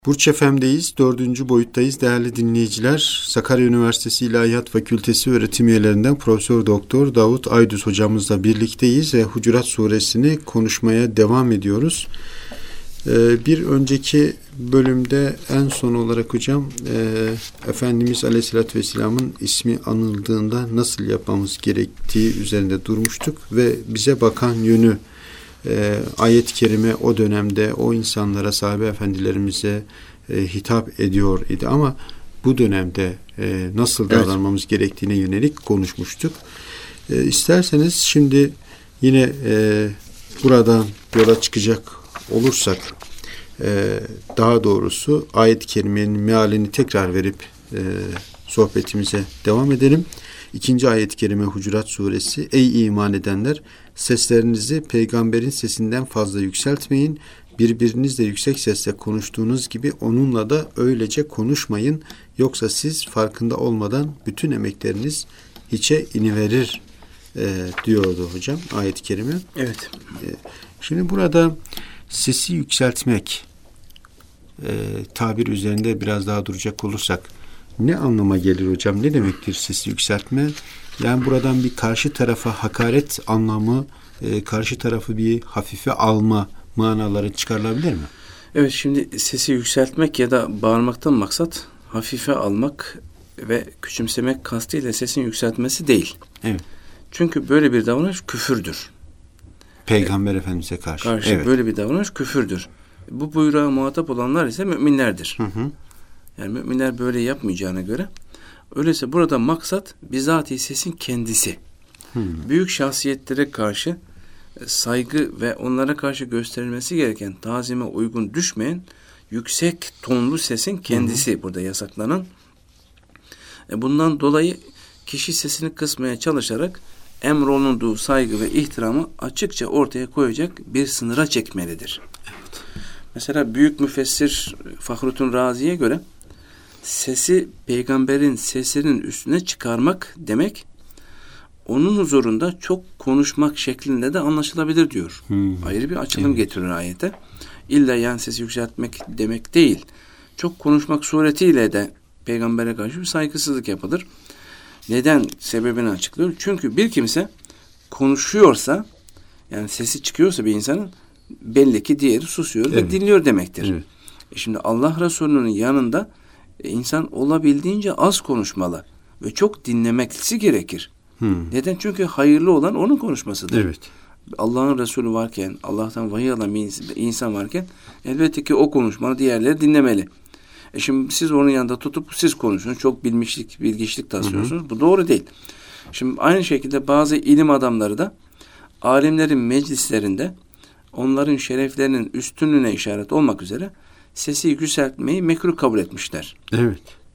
Burç FM'deyiz, 4. boyuttayız değerli dinleyiciler. Sakarya Üniversitesi İlahiyat Fakültesi öğretim üyelerinden Profesör Doktor Davut Aydüz hocamızla birlikteyiz ve Hucurat Suresini konuşmaya devam ediyoruz. Bir önceki bölümde en son olarak hocam Efendimiz Aleyhisselatü Vesselam'ın ismi anıldığında nasıl yapmamız gerektiği üzerinde durmuştuk ve bize bakan yönü ayet-i kerime o dönemde o insanlara, sahabe efendilerimize hitap ediyor idi ama bu dönemde nasıl davranmamız gerektiğine yönelik konuşmuştuk. İsterseniz şimdi yine buradan yola çıkacak olursak daha doğrusu ayet-i kerimenin mealini tekrar verip sohbetimize devam edelim. 2. ayet-i kerime Hucurat Suresi: Ey iman edenler! Seslerinizi peygamberin sesinden fazla yükseltmeyin. Birbirinizle yüksek sesle konuştuğunuz gibi onunla da öylece konuşmayın. Yoksa siz farkında olmadan bütün emekleriniz hiçe iniverir diyordu hocam ayet-i kerime. Evet. Şimdi burada sesi yükseltmek tabir üzerinde biraz daha duracak olursak ne anlama gelir hocam? Ne demektir sesi yükseltme? Yani buradan bir karşı tarafa hakaret anlamı, karşı tarafı bir hafife alma manaları çıkarılabilir mi? Evet, şimdi sesi yükseltmek ya da bağırmaktan maksat hafife almak ve küçümsemek kastıyla sesin yükseltmesi değil. Evet. Çünkü böyle bir davranış küfürdür. Peygamber Efendimiz'e karşı. Evet. Böyle bir davranış küfürdür. Bu buyruğa muhatap olanlar ise müminlerdir. Hı. Yani müminler böyle yapmayacağına göre, öyleyse burada maksat bizatihi sesin kendisi. Büyük şahsiyetlere karşı saygı ve onlara karşı gösterilmesi gereken tazime uygun düşmeyen yüksek tonlu sesin kendisi burada yasaklanan. Bundan dolayı kişi sesini kısmaya çalışarak emrolunduğu saygı ve ihtiramı açıkça ortaya koyacak bir sınıra çekmelidir. Evet. Mesela büyük müfessir Fahrettin Razi'ye göre sesi peygamberin sesinin üstüne çıkarmak demek, onun huzurunda çok konuşmak şeklinde de anlaşılabilir diyor. Ayrı bir açılım getirir ayete. İlla yani sesi yükseltmek demek değil. Çok konuşmak suretiyle de peygambere karşı bir saygısızlık yapılır. Neden? Sebebini açıklıyor. Çünkü bir kimse konuşuyorsa, yani sesi çıkıyorsa bir insanın, belli ki diğeri susuyor ve dinliyor demektir. Evet. Şimdi Allah Resulü'nün yanında insan olabildiğince az konuşmalı ve çok dinlemesi gerekir. Neden? Çünkü hayırlı olan onun konuşmasıdır. Evet. Allah'ın Resulü varken, Allah'tan vahiy alan bir insan varken elbette ki o konuşmalı, diğerleri dinlemeli. Şimdi siz onun yanında tutup siz konuşun, çok bilgiçlik taslıyorsunuz. Bu doğru değil. Şimdi aynı şekilde bazı ilim adamları da alimlerin meclislerinde onların şereflerinin üstünlüğüne işaret olmak üzere sesi yükseltmeyi mekruh kabul etmişler. Evet.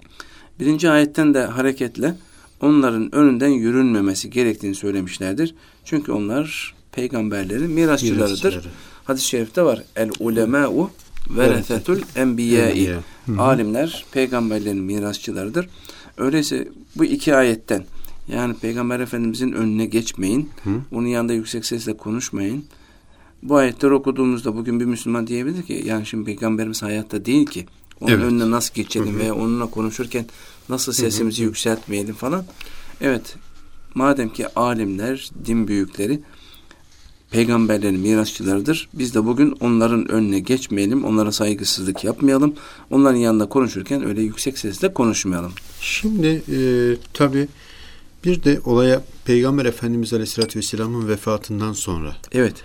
1. ayetten de hareketle onların önünden yürünmemesi gerektiğini söylemişlerdir. Çünkü onlar peygamberlerin mirasçılarıdır. Hadis-i şerifte var. El ulemâ'u veresetül enbiyâ'i. Alimler peygamberlerin mirasçılarıdır. Öyleyse bu 2 ayetten, yani Peygamber Efendimizin önüne geçmeyin, onun yanında yüksek sesle konuşmayın. Bu ayetleri okuduğumuzda bugün bir Müslüman diyebilir ki, yani şimdi Peygamberimiz hayatta değil ki, onun önüne nasıl geçelim veya onunla konuşurken nasıl sesimizi yükseltmeyelim falan. Evet, madem ki alimler, din büyükleri peygamberlerin mirasçılarıdır, biz de bugün onların önüne geçmeyelim, onlara saygısızlık yapmayalım, onların yanında konuşurken öyle yüksek sesle konuşmayalım. Şimdi tabii bir de olaya Peygamber Efendimiz Aleyhisselatü Vesselam'ın vefatından sonra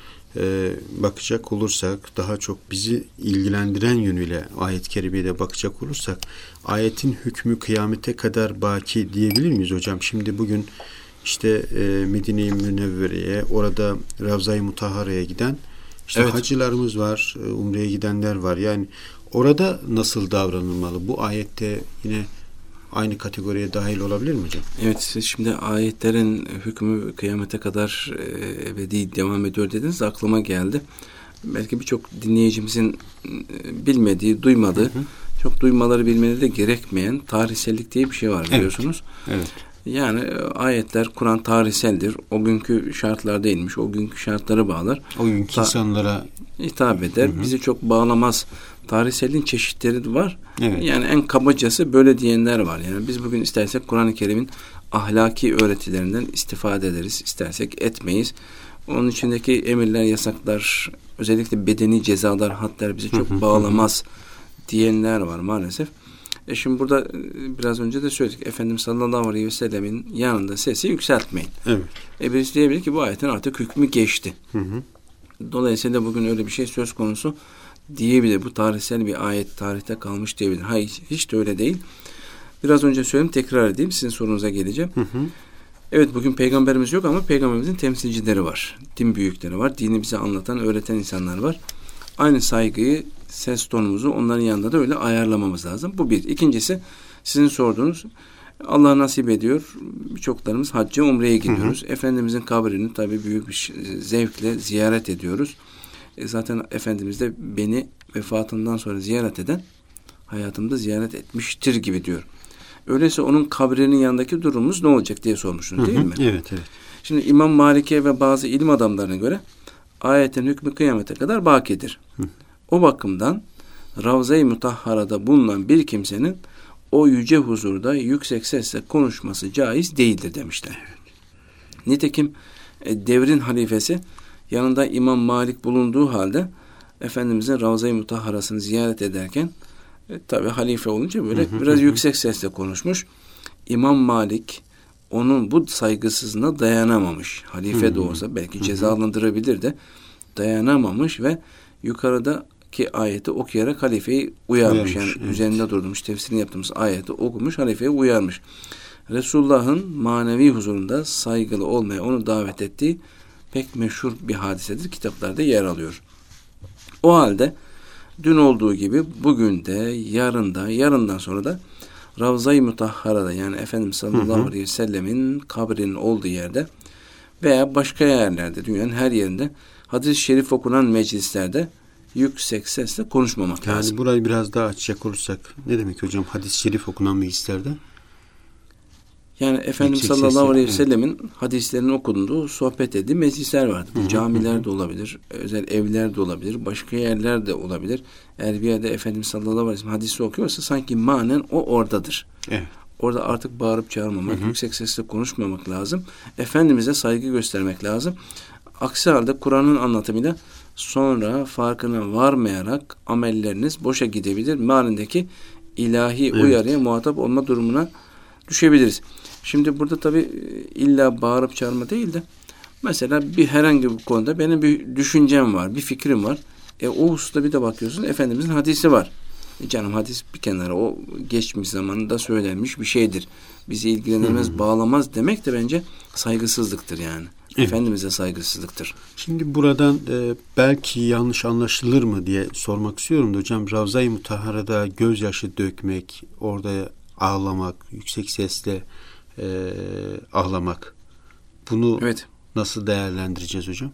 bakacak olursak, daha çok bizi ilgilendiren yönüyle ayet-i kerimeye bakacak olursak, ayetin hükmü kıyamete kadar baki diyebilir miyiz hocam? Şimdi bugün işte Medine-i Münevvere'ye, orada Ravza-i Mutahhara'ya giden hacılarımız var, umreye gidenler var. Yani orada nasıl davranılmalı? Bu ayette yine aynı kategoriye dahil olabilir mi hocam? Evet, şimdi ayetlerin hükmü kıyamete kadar ebedi devam ediyor dediniz, aklıma geldi. Belki birçok dinleyicimizin bilmediği, duymadığı, çok duymaları bilmeleri de gerekmeyen tarihsellik diye bir şey var biliyorsunuz. Evet. Yani ayetler, Kur'an tarihseldir. O günkü şartlarda inmiş. O günkü şartları bağlar. O günkü insanlara hitap eder. Hı hı. Bizi çok bağlamaz. Tarihselliğin çeşitleri var. Evet. Yani en kabacası böyle diyenler var. Yani biz bugün istersek Kur'an-ı Kerim'in ahlaki öğretilerinden istifade ederiz. İstersek etmeyiz. Onun içindeki emirler, yasaklar, özellikle bedeni cezalar, hadler bizi çok bağlamaz diyenler var maalesef. Şimdi burada biraz önce de söyledik. Efendimiz sallallahu aleyhi ve sellemin yanında sesi yükseltmeyin. Evet. Birisi diyebilir ki bu ayetin artık hükmü geçti. Hı hı. Dolayısıyla bugün öyle bir şey söz konusu diyebilir. Bu tarihsel bir ayet, tarihte kalmış diyebilir. Hayır, hiç de öyle değil. Biraz önce söyledim, tekrar edeyim. Sizin sorunuza geleceğim. Hı hı. Evet, bugün peygamberimiz yok ama peygamberimizin temsilcileri var. Din büyükleri var. Dini bize anlatan, öğreten insanlar var. Aynı saygıyı, ses tonumuzu onların yanında da öyle ayarlamamız lazım. Bu bir. İkincisi, sizin sorduğunuz, Allah nasip ediyor. Birçoklarımız hacca, umreye gidiyoruz. Hı hı. Efendimizin kabrini tabii büyük bir zevkle ziyaret ediyoruz. Zaten Efendimiz de beni vefatından sonra ziyaret eden, hayatımda ziyaret etmiştir gibi diyor. Öyleyse onun kabrinin yanındaki durumumuz ne olacak diye sormuşsunuz, değil mi? Evet, evet. Şimdi İmam Malik'e ve bazı ilim adamlarına göre ayetin hükmü kıyamete kadar bakidir. O bakımdan Ravza-i Mutahhara'da bulunan bir kimsenin o yüce huzurda yüksek sesle konuşması caiz değildir demişler. Nitekim devrin halifesi yanında İmam Malik bulunduğu halde Efendimizin Ravza-i Mutahhara'sını ziyaret ederken tabi halife olunca böyle biraz yüksek sesle konuşmuş. İmam Malik onun bu saygısızlığına dayanamamış. Halife de olsa belki cezalandırabilir de dayanamamış ve yukarıdaki ayeti okuyarak halifeyi uyarmış. Yani üzerinde durmuş, tefsirini yaptığımız ayeti okumuş, halifeyi uyarmış. Resulullah'ın manevi huzurunda saygılı olmaya onu davet ettiği pek meşhur bir hadisedir. Kitaplarda yer alıyor. O halde dün olduğu gibi bugün de, yarın da, yarından sonra da Ravza-i Mutahhara'da, yani Efendimiz sallallahu aleyhi ve sellemin kabrinin olduğu yerde veya başka yerlerde, dünyanın her yerinde hadis-i şerif okunan meclislerde yüksek sesle konuşmamak lazım. Yani burayı biraz daha açacak olursak ne demek hocam hadis-i şerif okunan meclislerde? Yani Efendimiz sallallahu aleyhi ve sellemin hadislerinin okunduğu, sohbet edildiği meclisler vardır. Camilerde olabilir, özel evlerde olabilir, başka yerlerde olabilir. Eğer bir yerde Efendimiz sallallahu aleyhi ve sellem hadisi okuyorsa sanki manen o oradadır. Evet. Orada artık bağırıp çağırmamak, yüksek sesle konuşmamak lazım. Efendimiz'e saygı göstermek lazım. Aksi halde Kur'an'ın anlatımıyla sonra farkına varmayarak amelleriniz boşa gidebilir. Manindeki ilahi uyarıya muhatap olma durumuna düşebiliriz. Şimdi burada tabii illa bağırıp çağırma değil de mesela herhangi bir konuda benim bir düşüncem var, bir fikrim var. O hususta bir de bakıyorsun Efendimizin hadisi var. Canım hadis bir kenara, o geçmiş zamanında söylenmiş bir şeydir. Bizi ilgilendirmez, bağlamaz demek de bence saygısızlıktır yani. Evet. Efendimiz'e saygısızlıktır. Şimdi buradan belki yanlış anlaşılır mı diye sormak istiyorum da hocam, Ravza-i Mutahhara'da gözyaşı dökmek, orada ağlamak, yüksek sesle ağlamak, bunu nasıl değerlendireceğiz hocam?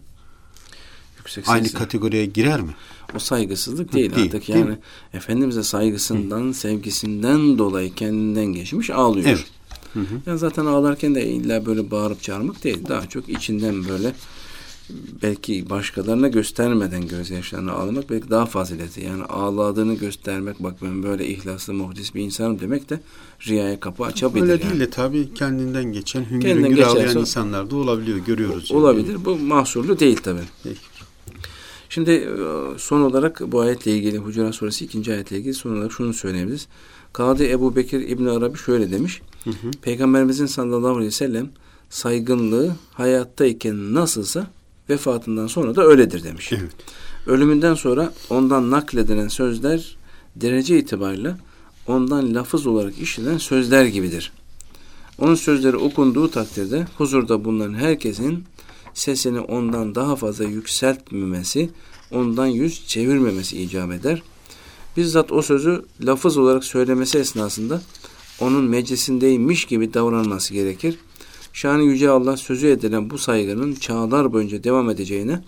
Aynı kategoriye girer mi? O saygısızlık değil artık. Yani Efendimiz'e saygısından, sevgisinden dolayı kendinden geçmiş ağlıyor. Evet. Yani zaten ağlarken de illa böyle bağırıp çağırmak değil. Daha çok içinden böyle belki başkalarına göstermeden gözyaşlarını ağlamak belki daha faziletli. Yani ağladığını göstermek, bak ben böyle ihlaslı, muhdis bir insanım demek de riyaya kapı açabilir. Öyle değil de tabii kendinden geçen hüngür ağlayan insanlar da olabiliyor, görüyoruz. Olabilir. Yani. Bu mahsurlu değil tabii. Peki. Şimdi son olarak bu ayetle ilgili, Hucurat Suresi 2. ayetle ilgili son olarak şunu söyleyebiliriz. Kadı Ebu Bekir İbn-i Arabi şöyle demiş. Peygamberimizin sallallahu aleyhi ve sellem saygınlığı hayattayken nasılsa vefatından sonra da öyledir demiş. Evet. Ölümünden sonra ondan nakledilen sözler derece itibariyle ondan lafız olarak işlenen sözler gibidir. Onun sözleri okunduğu takdirde huzurda bulunan herkesin sesini ondan daha fazla yükseltmemesi, ondan yüz çevirmemesi icap eder. Bizzat o sözü lafız olarak söylemesi esnasında onun meclisindeymiş gibi davranması gerekir. Şan-ı Yüce Allah sözü edilen bu saygının çağlar boyunca devam edeceğine,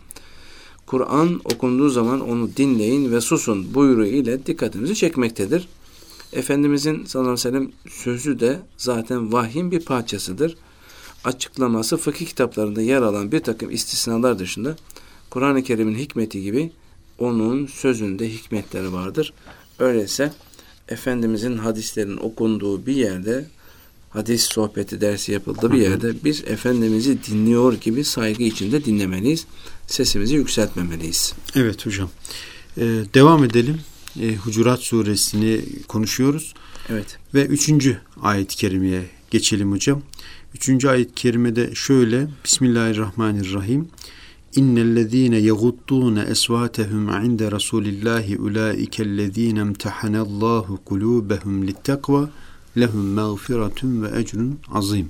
Kur'an okunduğu zaman onu dinleyin ve susun buyruğu ile dikkatimizi çekmektedir. Efendimizin sallallahu aleyhi ve sellem sözü de zaten vahyin bir parçasıdır. Açıklaması fıkıh kitaplarında yer alan bir takım istisnalar dışında Kur'an-ı Kerim'in hikmeti gibi onun sözünde hikmetleri vardır. Öyleyse Efendimizin hadislerin okunduğu bir yerde, hadis sohbeti dersi yapıldığı bir yerde biz Efendimiz'i dinliyor gibi saygı içinde dinlemeliyiz. Sesimizi yükseltmemeliyiz. Evet hocam. Devam edelim. Hucurat suresini konuşuyoruz. Evet. Ve 3. ayet-i kerimeye geçelim hocam. 3. ayet-i kerimede şöyle: Bismillahirrahmanirrahim. İnnellezîne yeguddûne esvâtehum inde Rasûlillâhi ulâikellezîne imtehanallâhu kulûbehum littekvâ lehum mağfiretun ve ecrun azim.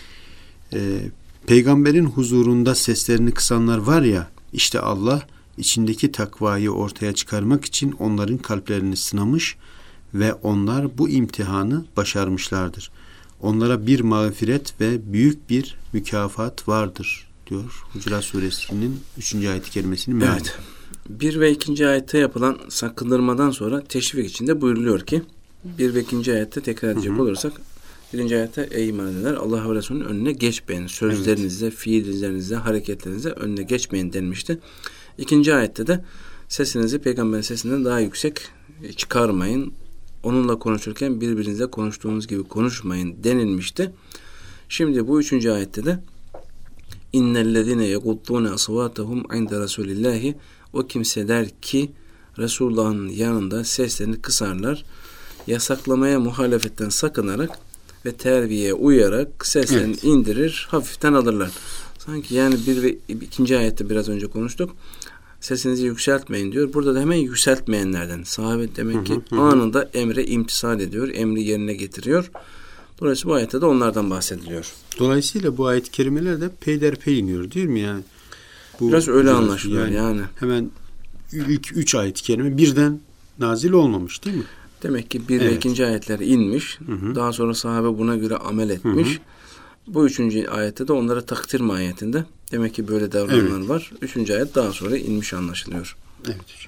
Peygamberin huzurunda seslerini kısanlar var ya, işte Allah içindeki takvayı ortaya çıkarmak için onların kalplerini sınamış ve onlar bu imtihanı başarmışlardır. Onlara bir mağfiret ve büyük bir mükafat vardır diyor Hucurat Suresinin 3. ayet-i kerimesinin meali. Evet. 1 ve 2. ayette yapılan sakındırmadan sonra teşvik içinde buyuruluyor ki 1 ve 2. ayette tekrar edecek olursak 1. ayette ey iman edenler Allah ve Resulü'nün önüne geçmeyin. Sözlerinizle, fiillerinizle, hareketlerinizle önüne geçmeyin denmişti. 2. ayette de sesinizi peygamberin sesinden daha yüksek çıkarmayın. Onunla konuşurken birbirinizle konuştuğunuz gibi konuşmayın denilmişti. Şimdi bu 3. ayette de İnnellezine yeguddûne asvâtehum inde Resûlillâhi, o kimseler ki Resulullah'ın yanında seslerini kısarlar, yasaklamaya muhalefetten sakınarak ve terbiyeye uyarak seslerini indirir, hafiften alırlar. Sanki yani 1 ve 2. ayette biraz önce konuştuk. Sesinizi yükseltmeyin diyor. Burada da hemen yükseltmeyenlerden. Sahabe demek ki anında emre imtisal ediyor, emri yerine getiriyor. Dolayısıyla bu ayette de onlardan bahsediliyor. Dolayısıyla bu ayet-i kerimeler de peyderpey iniyor değil mi yani? Bu biraz öyle anlaşılıyor yani. Hemen ilk 3 ayet-i kerime birden nazil olmamış değil mi? Demek ki 1 ve 2. ayetler inmiş. Daha sonra sahabe buna göre amel etmiş. Bu 3. ayette de onlara takdir mahiyetinde. Demek ki böyle davrananlar var. 3. ayet daha sonra inmiş anlaşılıyor. Evet hocam.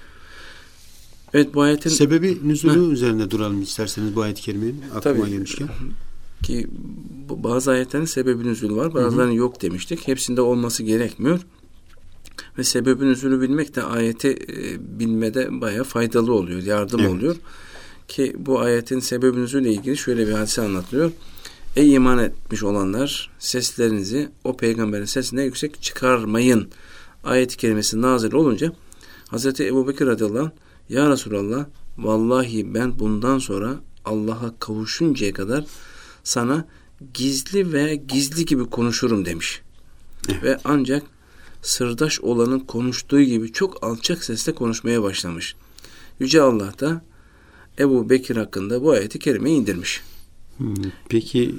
Evet, bu ayetin sebebi nüzulü üzerinde duralım isterseniz bu ayet-i kerimenin aklıma gelmişken. Ki bazı ayetlerin sebebi nüzulü var. Bazılarının yok demiştik. Hepsinde olması gerekmiyor. Ve sebebi nüzulü bilmek de ayeti bilmede bayağı faydalı oluyor. Yardım oluyor. Ki bu ayetin sebebi nüzulü ile ilgili şöyle bir hadise anlatılıyor. Ey iman etmiş olanlar, seslerinizi o peygamberin sesine yüksek çıkarmayın. Ayet-i kerimesi nazil olunca Hazreti Ebubekir radıyallahu anh, ya Resulallah, vallahi ben bundan sonra Allah'a kavuşuncaya kadar sana gizli ve gizli gibi konuşurum demiş. Ve ancak sırdaş olanın konuştuğu gibi çok alçak sesle konuşmaya başlamış. Yüce Allah da Ebu Bekir hakkında bu ayeti kerimeyi indirmiş. Peki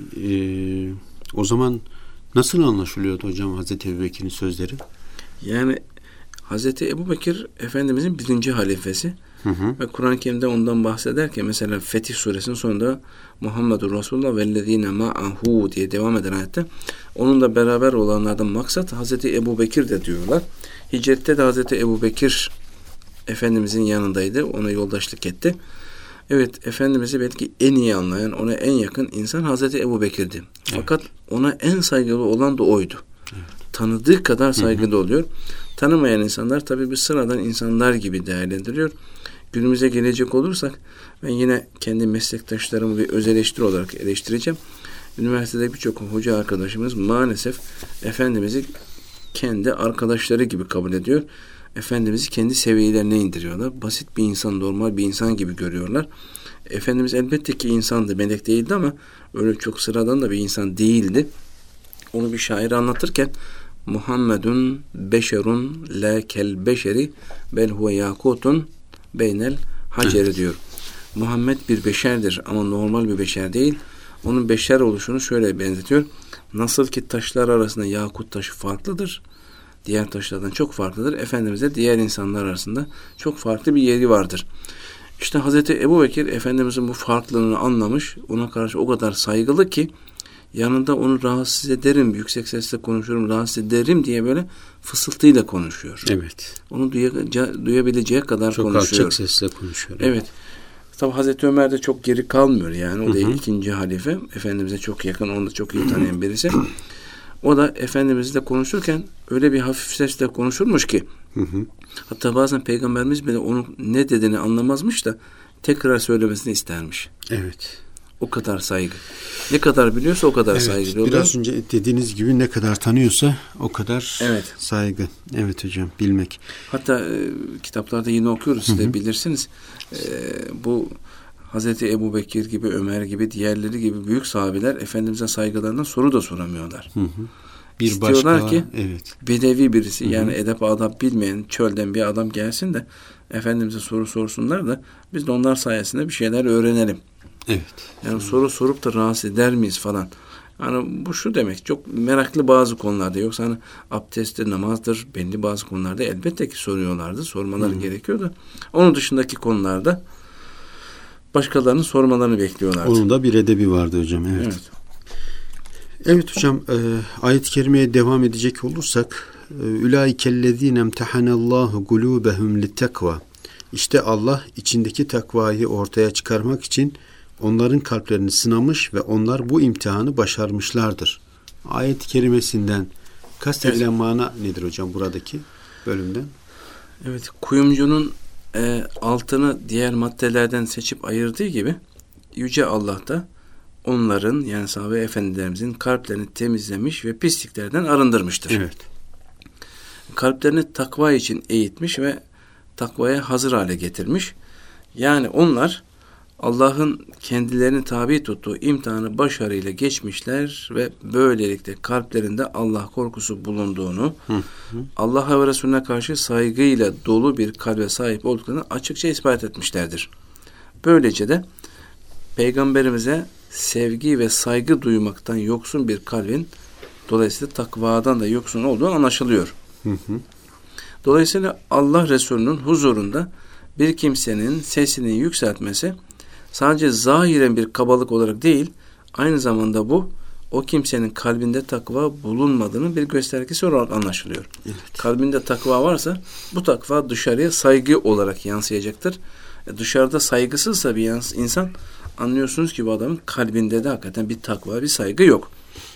o zaman nasıl anlaşılıyordu hocam Hazreti Ebu Bekir'in sözleri? Yani Hazreti Ebu Bekir Efendimizin 1. halifesi ve Kur'an-ı Kerim'de ondan bahsederken mesela Fetih Suresinin sonunda Muhammedur Resulullah vellezine ma'ahu diye devam eden ayette onunla beraber olanlardan maksat Hazreti Ebu Bekir de diyorlar. Hicrette de Hazreti Ebu Bekir Efendimizin yanındaydı. Ona yoldaşlık etti. Evet, Efendimiz'i belki en iyi anlayan, ona en yakın insan Hazreti Ebu Bekir'di. Fakat ona en saygılı olan da oydu. Tanıdığı kadar saygılı oluyor. Tanımayan insanlar tabii bir sıradan insanlar gibi değerlendiriyor. Günümüze gelecek olursak ben yine kendi meslektaşlarımı bir öz eleştiri olarak eleştireceğim. Üniversitede birçok hoca arkadaşımız maalesef Efendimiz'i kendi arkadaşları gibi kabul ediyor. Efendimiz'i kendi seviyelerine indiriyorlar. Basit bir insan, normal bir insan gibi görüyorlar. Efendimiz elbette ki insandı, melek değildi ama öyle çok sıradan da bir insan değildi. Onu bir şair anlatırken Muhammedun beşerun la kel beşeri bel huve yakutun beynel haceri diyor. Muhammed bir beşerdir ama normal bir beşer değil. Onun beşer oluşunu şöyle benzetiyor. Nasıl ki taşlar arasında yakut taşı farklıdır, diğer taşlardan çok farklıdır. Efendimiz de diğer insanlar arasında çok farklı bir yeri vardır. İşte Hazreti Ebubekir Efendimizin bu farklılığını anlamış. Ona karşı o kadar saygılı ki yanında onu rahatsız ederim, yüksek sesle konuşurum, rahatsız ederim diye böyle fısıltıyla konuşuyor. Evet. Onu duyabileceği kadar çok konuşuyor. Çok alçak sesle konuşuyor. Evet. Tabi Hazreti Ömer de çok geri kalmıyor yani. O da ikinci halife. Efendimiz'e çok yakın, onu da çok iyi tanıyan birisi. O da Efendimiz'le konuşurken öyle bir hafif sesle konuşurmuş ki hatta bazen Peygamberimiz bile onun ne dediğini anlamazmış da tekrar söylemesini istermiş. Evet. O kadar saygı. Ne kadar biliyorsa o kadar saygı. Biraz önce dediğiniz gibi ne kadar tanıyorsa o kadar saygı. Evet hocam, bilmek. Hatta kitaplarda yine okuyoruz, siz de bilirsiniz. Bu Hazreti Ebubekir gibi, Ömer gibi, diğerleri gibi büyük sahabeler Efendimiz'e saygılarından soru da soramıyorlar. Bir İstiyorlar başka, ki bedevi birisi, yani edep adap bilmeyen çölden bir adam gelsin de Efendimiz'e soru sorsunlar da biz de onlar sayesinde bir şeyler öğrenelim. Evet. Yani soru sorup da rahatsız eder miyiz falan. Yani bu şu demek, çok meraklı bazı konularda, yoksa hani abdesttir, namazdır, belli bazı konularda elbette ki soruyorlardı, sormaları gerekiyordu. Onun dışındaki konularda başkalarının sormalarını bekliyorlardı. Onun da bir edebi vardı hocam. Evet. Evet hocam, ayet-i kerimeye devam edecek olursak, ulaikellezine imtahanallahu kulubehum littakva. İşte Allah içindeki takvayı ortaya çıkarmak için onların kalplerini sınamış ve onlar bu imtihanı başarmışlardır. Ayet-i kerimesinden kastedilen mana nedir hocam buradaki bölümden? Evet, kuyumcunun altını diğer maddelerden seçip ayırdığı gibi Yüce Allah da onların, yani sahabe efendilerimizin kalplerini temizlemiş ve pisliklerden arındırmıştır. Evet. Kalplerini takva için eğitmiş ve takvaya hazır hale getirmiş. Yani onlar Allah'ın kendilerini tabi tuttuğu imtihanı başarıyla geçmişler ve böylelikle kalplerinde Allah korkusu bulunduğunu, Allah'a ve Resulüne karşı saygıyla dolu bir kalbe sahip olduklarını açıkça ispat etmişlerdir. Böylece de Peygamberimize sevgi ve saygı duymaktan yoksun bir kalbin dolayısıyla takvadan da yoksun olduğu anlaşılıyor. Dolayısıyla Allah Resulü'nün huzurunda bir kimsenin sesini yükseltmesi sadece zahiren bir kabalık olarak değil, aynı zamanda bu o kimsenin kalbinde takva bulunmadığının bir göstergesi olarak anlaşılıyor. Evet. Kalbinde takva varsa bu takva dışarıya saygı olarak yansıyacaktır. Dışarıda saygısızsa bir insan, anlıyorsunuz ki bu adamın kalbinde de hakikaten bir takva, bir saygı yok.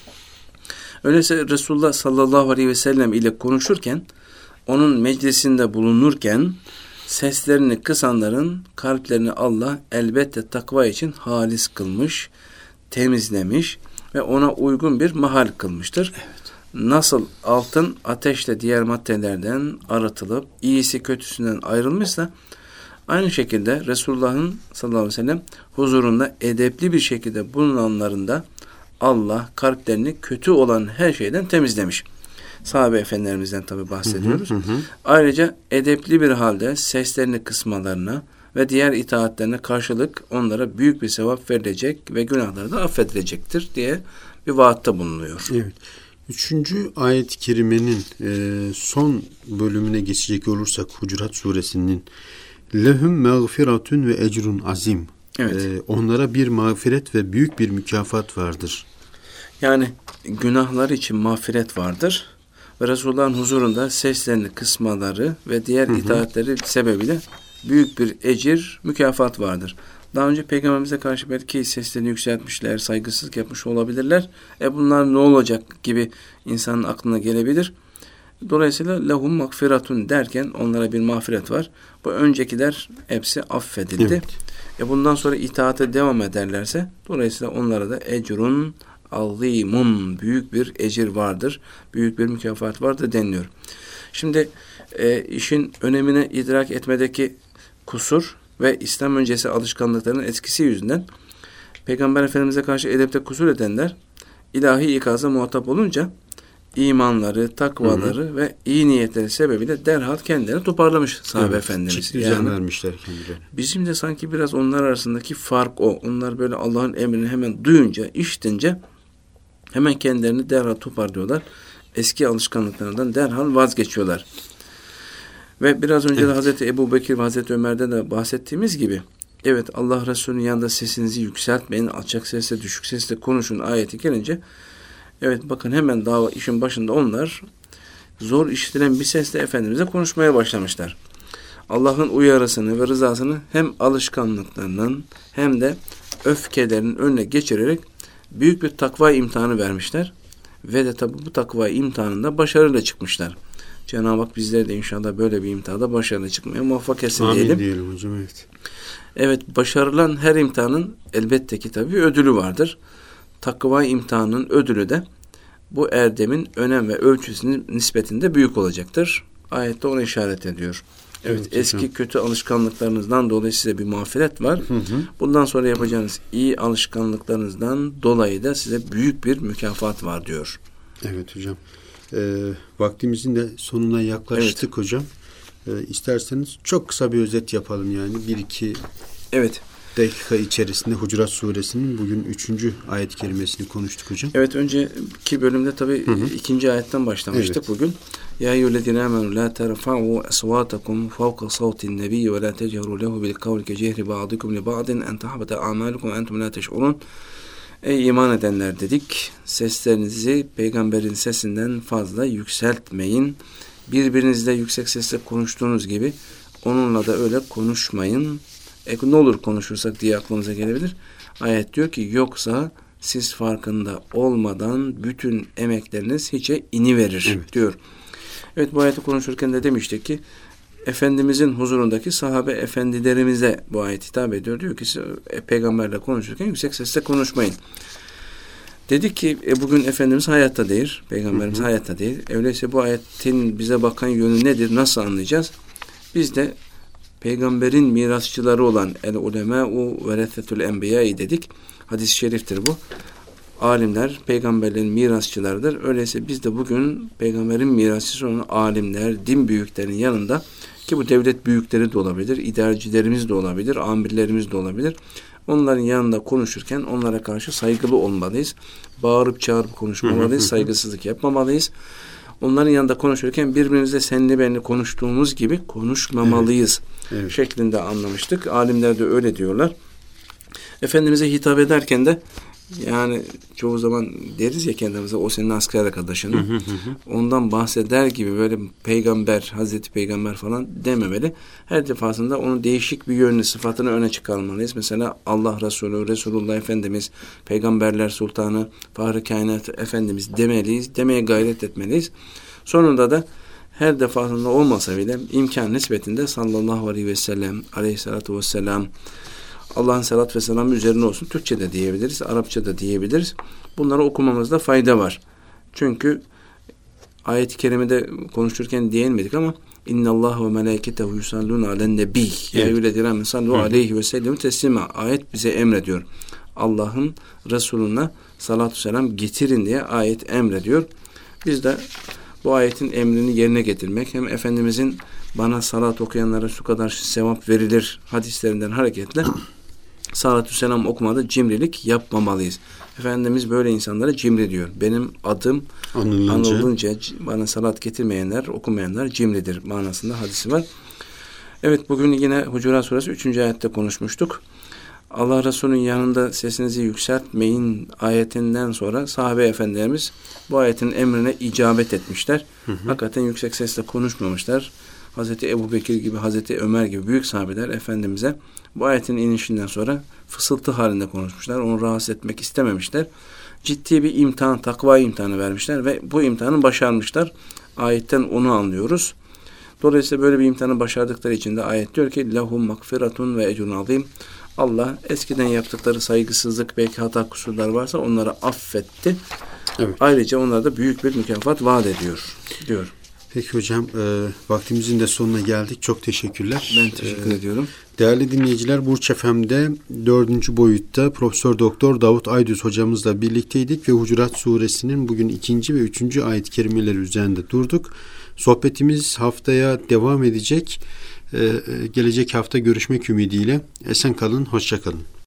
Öyleyse Resulullah sallallahu aleyhi ve sellem ile konuşurken, onun meclisinde bulunurken seslerini kısanların kalplerini Allah elbette takva için halis kılmış, temizlemiş ve ona uygun bir mahal kılmıştır. Evet. Nasıl altın ateşle diğer maddelerden arıtılıp iyisi kötüsünden ayrılmışsa, aynı şekilde Resulullah'ın sallallahu aleyhi ve sellem huzurunda edepli bir şekilde bulunanların da Allah kalplerini kötü olan her şeyden temizlemiş. Sahabe efendilerimizden tabi bahsediyoruz. Ayrıca edepli bir halde seslerini kısmalarına ve diğer itaatlerine karşılık onlara büyük bir sevap verilecek ve günahları da affedilecektir diye bir vaatte bulunuyor. Evet. 3. ayet-i kerimenin son bölümüne geçecek olursak Hucurat suresinin lehum mağfiratun ve ecrun azim. Evet. Onlara bir mağfiret ve büyük bir mükafat vardır. Yani günahlar için mağfiret vardır ve Resulullah'ın huzurunda seslerini kısmaları ve diğer itaatleri sebebiyle büyük bir ecir, mükafat vardır. Daha önce Peygamberimize karşı belki seslerini yükseltmişler, saygısızlık yapmış olabilirler. Bunlar ne olacak gibi insanın aklına gelebilir. Dolayısıyla lehum mağfiratun derken onlara bir mağfiret var. Bu öncekiler hepsi affedildi. Evet. Bundan sonra itaate devam ederlerse dolayısıyla onlara da ecrun azimun, büyük bir ecir vardır, büyük bir mükafat vardır deniliyor. Şimdi işin önemini idrak etmedeki kusur ve İslam öncesi alışkanlıklarının etkisi yüzünden Peygamber Efendimiz'e karşı edepte kusur edenler ilahi ikaza muhatap olunca imanları, takvaları ve iyi niyetleri sebebiyle derhal kendilerini toparlamış sahabe efendimiz. Düzen vermişler kendilerine. Bizim de sanki biraz onlar arasındaki fark o. Onlar böyle Allah'ın emrini hemen duyunca, işitince hemen kendilerini derhal toparlıyorlar. Eski alışkanlıklarından derhal vazgeçiyorlar. Ve biraz önce de Hazreti Ebubekir ve Hazreti Ömer'den de bahsettiğimiz gibi, evet, Allah Resulü'nün yanında sesinizi yükseltmeyin, alçak sesle, düşük sesle konuşun ayeti gelince, evet, bakın hemen dava işin başında onlar zor işitilen bir sesle Efendimiz'e konuşmaya başlamışlar. Allah'ın uyarısını ve rızasını hem alışkanlıklarının hem de öfkelerinin önüne geçirerek büyük bir takva imtihanı vermişler. Ve de tabi bu takva imtihanında başarıyla çıkmışlar. Cenab-ı Hak bizleri de inşallah böyle bir imtihanda başarılı çıkmaya muvaffak etsin diyelim. Amin diyelim hocam, evet. Evet, başarılan her imtihanın elbette ki tabii ödülü vardır. Takva imtihanının ödülü de bu erdemin önem ve ölçüsünün nispetinde büyük olacaktır. Ayette ona işaret ediyor. Evet, eski hocam, kötü alışkanlıklarınızdan dolayı size bir mağfiret var. Bundan sonra yapacağınız iyi alışkanlıklarınızdan dolayı da size büyük bir mükafat var diyor. Evet hocam. Vaktimizin de sonuna yaklaştık, evet, hocam. İsterseniz çok kısa bir özet yapalım yani. 1-2 evet, dakika içerisinde Hucurat Suresinin bugün 3. ayet-i kerimesini konuştuk hocam. Evet, önceki bölümde tabii 2. ayetten başlamıştık, evet, bugün. Ya eyyühellezine amenu la terfa'u asvatakum fawqa savtin nebiyyi ve la teceru lehu bil kavli ke cehri ba'dikum li ba'din en tahbata a'malukum entum la teş'urun. Ey iman edenler dedik, seslerinizi peygamberin sesinden fazla yükseltmeyin. Birbirinizle yüksek sesle konuştuğunuz gibi onunla da öyle konuşmayın. Ne olur konuşursak diye aklınıza gelebilir. Ayet diyor ki yoksa siz farkında olmadan bütün emekleriniz hiçe iniverir, evet, diyor. Evet, bu ayeti konuşurken de demiştik ki Efendimizin huzurundaki sahabe efendilerimize bu ayet hitap ediyor. Diyor ki peygamberle konuşurken yüksek sesle konuşmayın. Dedik ki bugün Efendimiz hayatta değil, peygamberimiz hayatta değil. Öyleyse bu ayetin bize bakan yönü nedir, nasıl anlayacağız? Biz de peygamberin mirasçıları olan el-ulemâ'u verethetül enbiyâ'i dedik. Hadis-i şeriftir bu. Alimler peygamberlerin mirasçılarıdır. Öyleyse biz de bugün peygamberin mirasçısı olan alimler, din büyüklerinin yanında, ki bu devlet büyükleri de olabilir, idarecilerimiz de olabilir, amirlerimiz de olabilir. Onların yanında konuşurken onlara karşı saygılı olmalıyız. Bağırıp çağırıp konuşmamalıyız, saygısızlık yapmamalıyız. Onların yanında konuşurken birbirimizle senli benli konuştuğumuz gibi konuşmamalıyız, evet, evet, şeklinde anlamıştık. Alimler de öyle diyorlar. Efendimiz'e hitap ederken de yani çoğu zaman deriz ya kendimize, o senin asker arkadaşın. Ondan bahseder gibi böyle peygamber, Hazreti Peygamber falan dememeli. Her defasında onun değişik bir yönünü, sıfatını öne çıkarmalıyız. Mesela Allah Resulü, Resulullah Efendimiz, Peygamberler Sultanı, Fahri Kainat Efendimiz demeliyiz. Demeye gayret etmeliyiz. Sonunda da her defasında olmasa bile imkan nispetinde sallallahu aleyhi ve sellem, aleyhissalatu vesselam, Allah'ın salat ve selamı üzerine olsun. Türkçe de diyebiliriz, Arapça da diyebiliriz. Bunları okumamızda fayda var. Çünkü ayet-i kerimede konuşurken diyemedik ama İnnallâhe ve melâiketehu yusallûne alen nebî. Ya eyyühellezîne sallu aleyhi ve sellem teslima. Ayet bize emrediyor. Allah'ın Resulüne salatü selam getirin diye ayet emrediyor. Biz de bu ayetin emrini yerine getirmek, hem Efendimizin bana salat okuyanlara şu kadar sevap verilir hadislerinden hareketle salatü selam okumada cimrilik yapmamalıyız. Efendimiz böyle insanlara cimri diyor. Benim adım anılınca bana salat getirmeyenler, okumayanlar cimridir manasında hadisi var. Evet, bugün yine Hucurat Suresi 3. ayette konuşmuştuk. Allah Resulü'nün yanında sesinizi yükseltmeyin ayetinden sonra sahabe efendilerimiz bu ayetin emrine icabet etmişler. Hakikaten yüksek sesle konuşmamışlar. Hazreti Ebu Bekir gibi, Hazreti Ömer gibi büyük sahabeler Efendimiz'e bu ayetin inişinden sonra fısıltı halinde konuşmuşlar. Onu rahatsız etmek istememişler. Ciddi bir imtihan, takva imtihanı vermişler ve bu imtihanı başarmışlar. Ayetten onu anlıyoruz. Dolayısıyla böyle bir imtihanı başardıkları için de ayet diyor ki lehum makfiratun ve ecrun azim. Allah eskiden yaptıkları saygısızlık, belki hata kusurlar varsa onları affetti. Evet. Ayrıca onlara da büyük bir mükafat vaat ediyor diyor. Peki hocam, vaktimizin de sonuna geldik. Çok teşekkürler. Ben teşekkür ediyorum. Değerli dinleyiciler, Burç FM'de 4. boyutta Profesör Doktor Davut Aydüz hocamızla birlikteydik ve Hucurat Suresinin bugün 2. ve 3. ayet-i kerimeleri üzerinde durduk. Sohbetimiz haftaya devam edecek. Gelecek hafta görüşmek ümidiyle. Esen kalın, hoşça kalın.